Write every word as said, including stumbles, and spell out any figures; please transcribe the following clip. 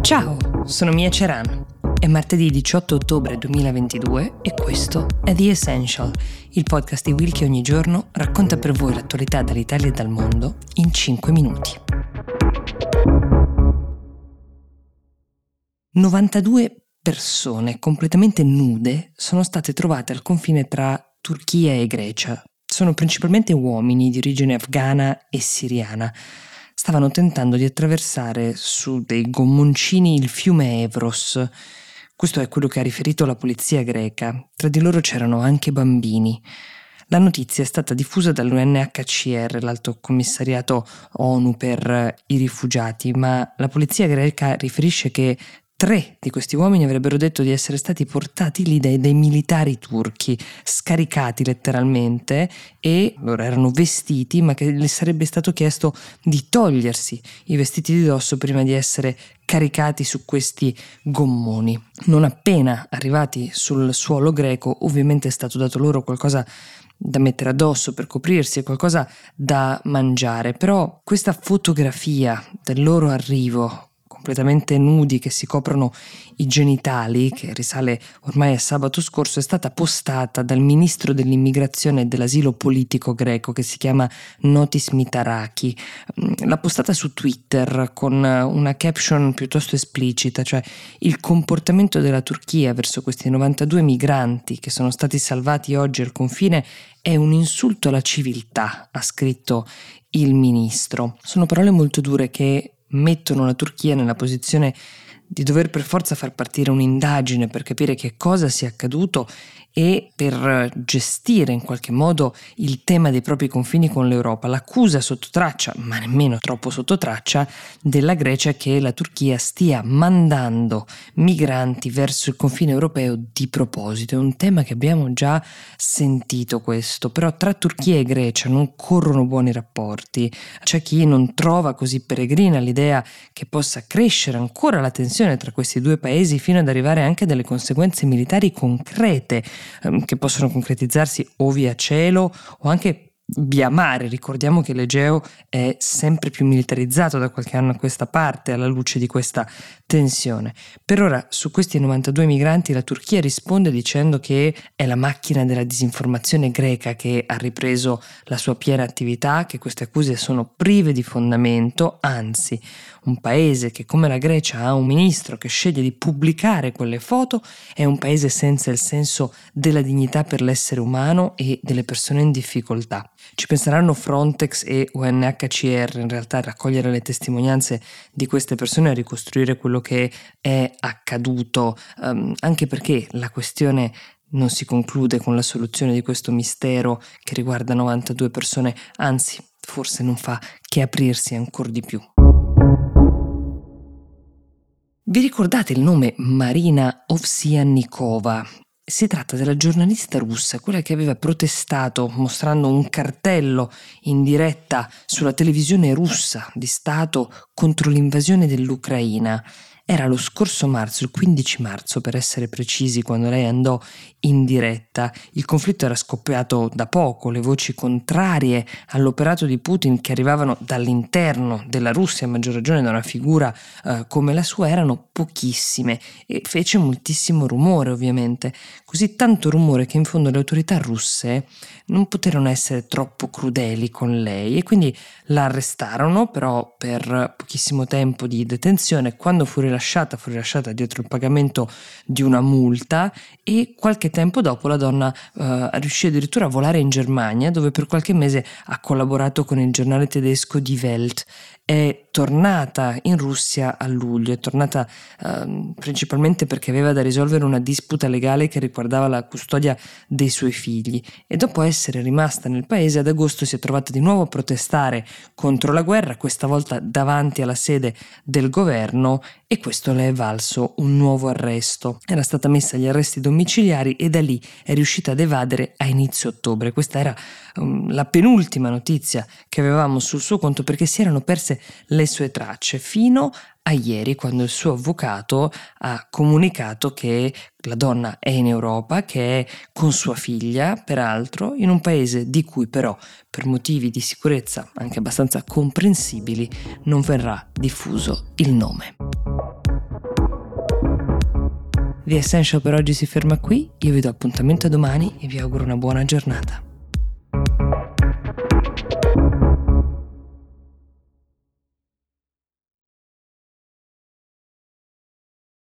Ciao, sono Mia Ceran. È martedì diciotto ottobre duemilaventidue e questo è The Essential, il podcast di Will che ogni giorno racconta per voi l'attualità dall'Italia e dal mondo in cinque minuti. novantadue persone completamente nude sono state trovate al confine tra Turchia e Grecia. Sono principalmente uomini di origine afghana e siriana. Stavano tentando di attraversare su dei gommoncini il fiume Evros. Questo è quello che ha riferito la polizia greca. Tra di loro c'erano anche bambini. La notizia è stata diffusa dall'U N H C R, l'Alto Commissariato ONU per i rifugiati, ma la polizia greca riferisce che tre di questi uomini avrebbero detto di essere stati portati lì dai, dai militari turchi, scaricati letteralmente, e loro erano vestiti, ma che gli sarebbe stato chiesto di togliersi i vestiti di dosso prima di essere caricati su questi gommoni. Non appena arrivati sul suolo greco, ovviamente è stato dato loro qualcosa da mettere addosso per coprirsi e qualcosa da mangiare, però questa fotografia del loro arrivo completamente nudi, che si coprono i genitali, che risale ormai a sabato scorso, è stata postata dal ministro dell'immigrazione e dell'asilo politico greco, che si chiama Notis Mitaraki. L'ha postata su Twitter con una caption piuttosto esplicita, cioè: il comportamento della Turchia verso questi novantadue migranti che sono stati salvati oggi al confine è un insulto alla civiltà, ha scritto il ministro. Sono parole molto dure che mettono la Turchia nella posizione di dover per forza far partire un'indagine per capire che cosa sia accaduto e per gestire in qualche modo il tema dei propri confini con l'Europa. L'accusa sotto traccia, ma nemmeno troppo sotto traccia, della Grecia è che la Turchia stia mandando migranti verso il confine europeo di proposito. È un tema che abbiamo già sentito questo, però tra Turchia e Grecia non corrono buoni rapporti. C'è chi non trova così peregrina l'idea che possa crescere ancora la tensione tra questi due paesi fino ad arrivare anche a delle conseguenze militari concrete, che possono concretizzarsi o via cielo o anche via mare. Ricordiamo che l'Egeo è sempre più militarizzato da qualche anno a questa parte, alla luce di questa tensione. Per ora su questi novantadue migranti la Turchia risponde dicendo che è la macchina della disinformazione greca che ha ripreso la sua piena attività, che queste accuse sono prive di fondamento, anzi un paese che come la Grecia ha un ministro che sceglie di pubblicare quelle foto è un paese senza il senso della dignità per l'essere umano e delle persone in difficoltà. Ci penseranno Frontex e U N H C R in realtà a raccogliere le testimonianze di queste persone e a ricostruire quello che è accaduto, um, anche perché la questione non si conclude con la soluzione di questo mistero che riguarda novantadue persone, anzi forse non fa che aprirsi ancora di più. Vi ricordate il nome Marina Ovsyannikova? Si tratta della giornalista russa, quella che aveva protestato mostrando un cartello in diretta sulla televisione russa di Stato contro l'invasione dell'Ucraina. Era lo scorso marzo, il quindici marzo per essere precisi, quando lei andò in diretta. Il conflitto era scoppiato da poco, le voci contrarie all'operato di Putin che arrivavano dall'interno della Russia, a maggior ragione da una figura eh, come la sua, erano pochissime e fece moltissimo rumore, ovviamente. Così tanto rumore che in fondo le autorità russe non poterono essere troppo crudeli con lei e quindi la arrestarono, però per pochissimo tempo di detenzione. Quando fu rilasciata, fu rilasciata dietro il pagamento di una multa e qualche tempo dopo la donna eh, riuscì addirittura a volare in Germania, dove per qualche mese ha collaborato con il giornale tedesco Die Welt. È tornata in Russia a luglio, è tornata eh, principalmente perché aveva da risolvere una disputa legale che riguardava la custodia dei suoi figli e dopo essere rimasta nel paese ad agosto si è trovata di nuovo a protestare contro la guerra, questa volta davanti alla sede del governo, e questo le è valso un nuovo arresto. Era stata messa agli arresti domiciliari e da lì è riuscita ad evadere a inizio ottobre. Questa era um, la penultima notizia che avevamo sul suo conto, perché si erano perse le sue tracce fino a ieri, quando il suo avvocato ha comunicato che la donna è in Europa, che è con sua figlia, peraltro, in un paese di cui però, per motivi di sicurezza anche abbastanza comprensibili, non verrà diffuso il nome. The Essential per oggi si ferma qui, io vi do appuntamento domani e vi auguro una buona giornata.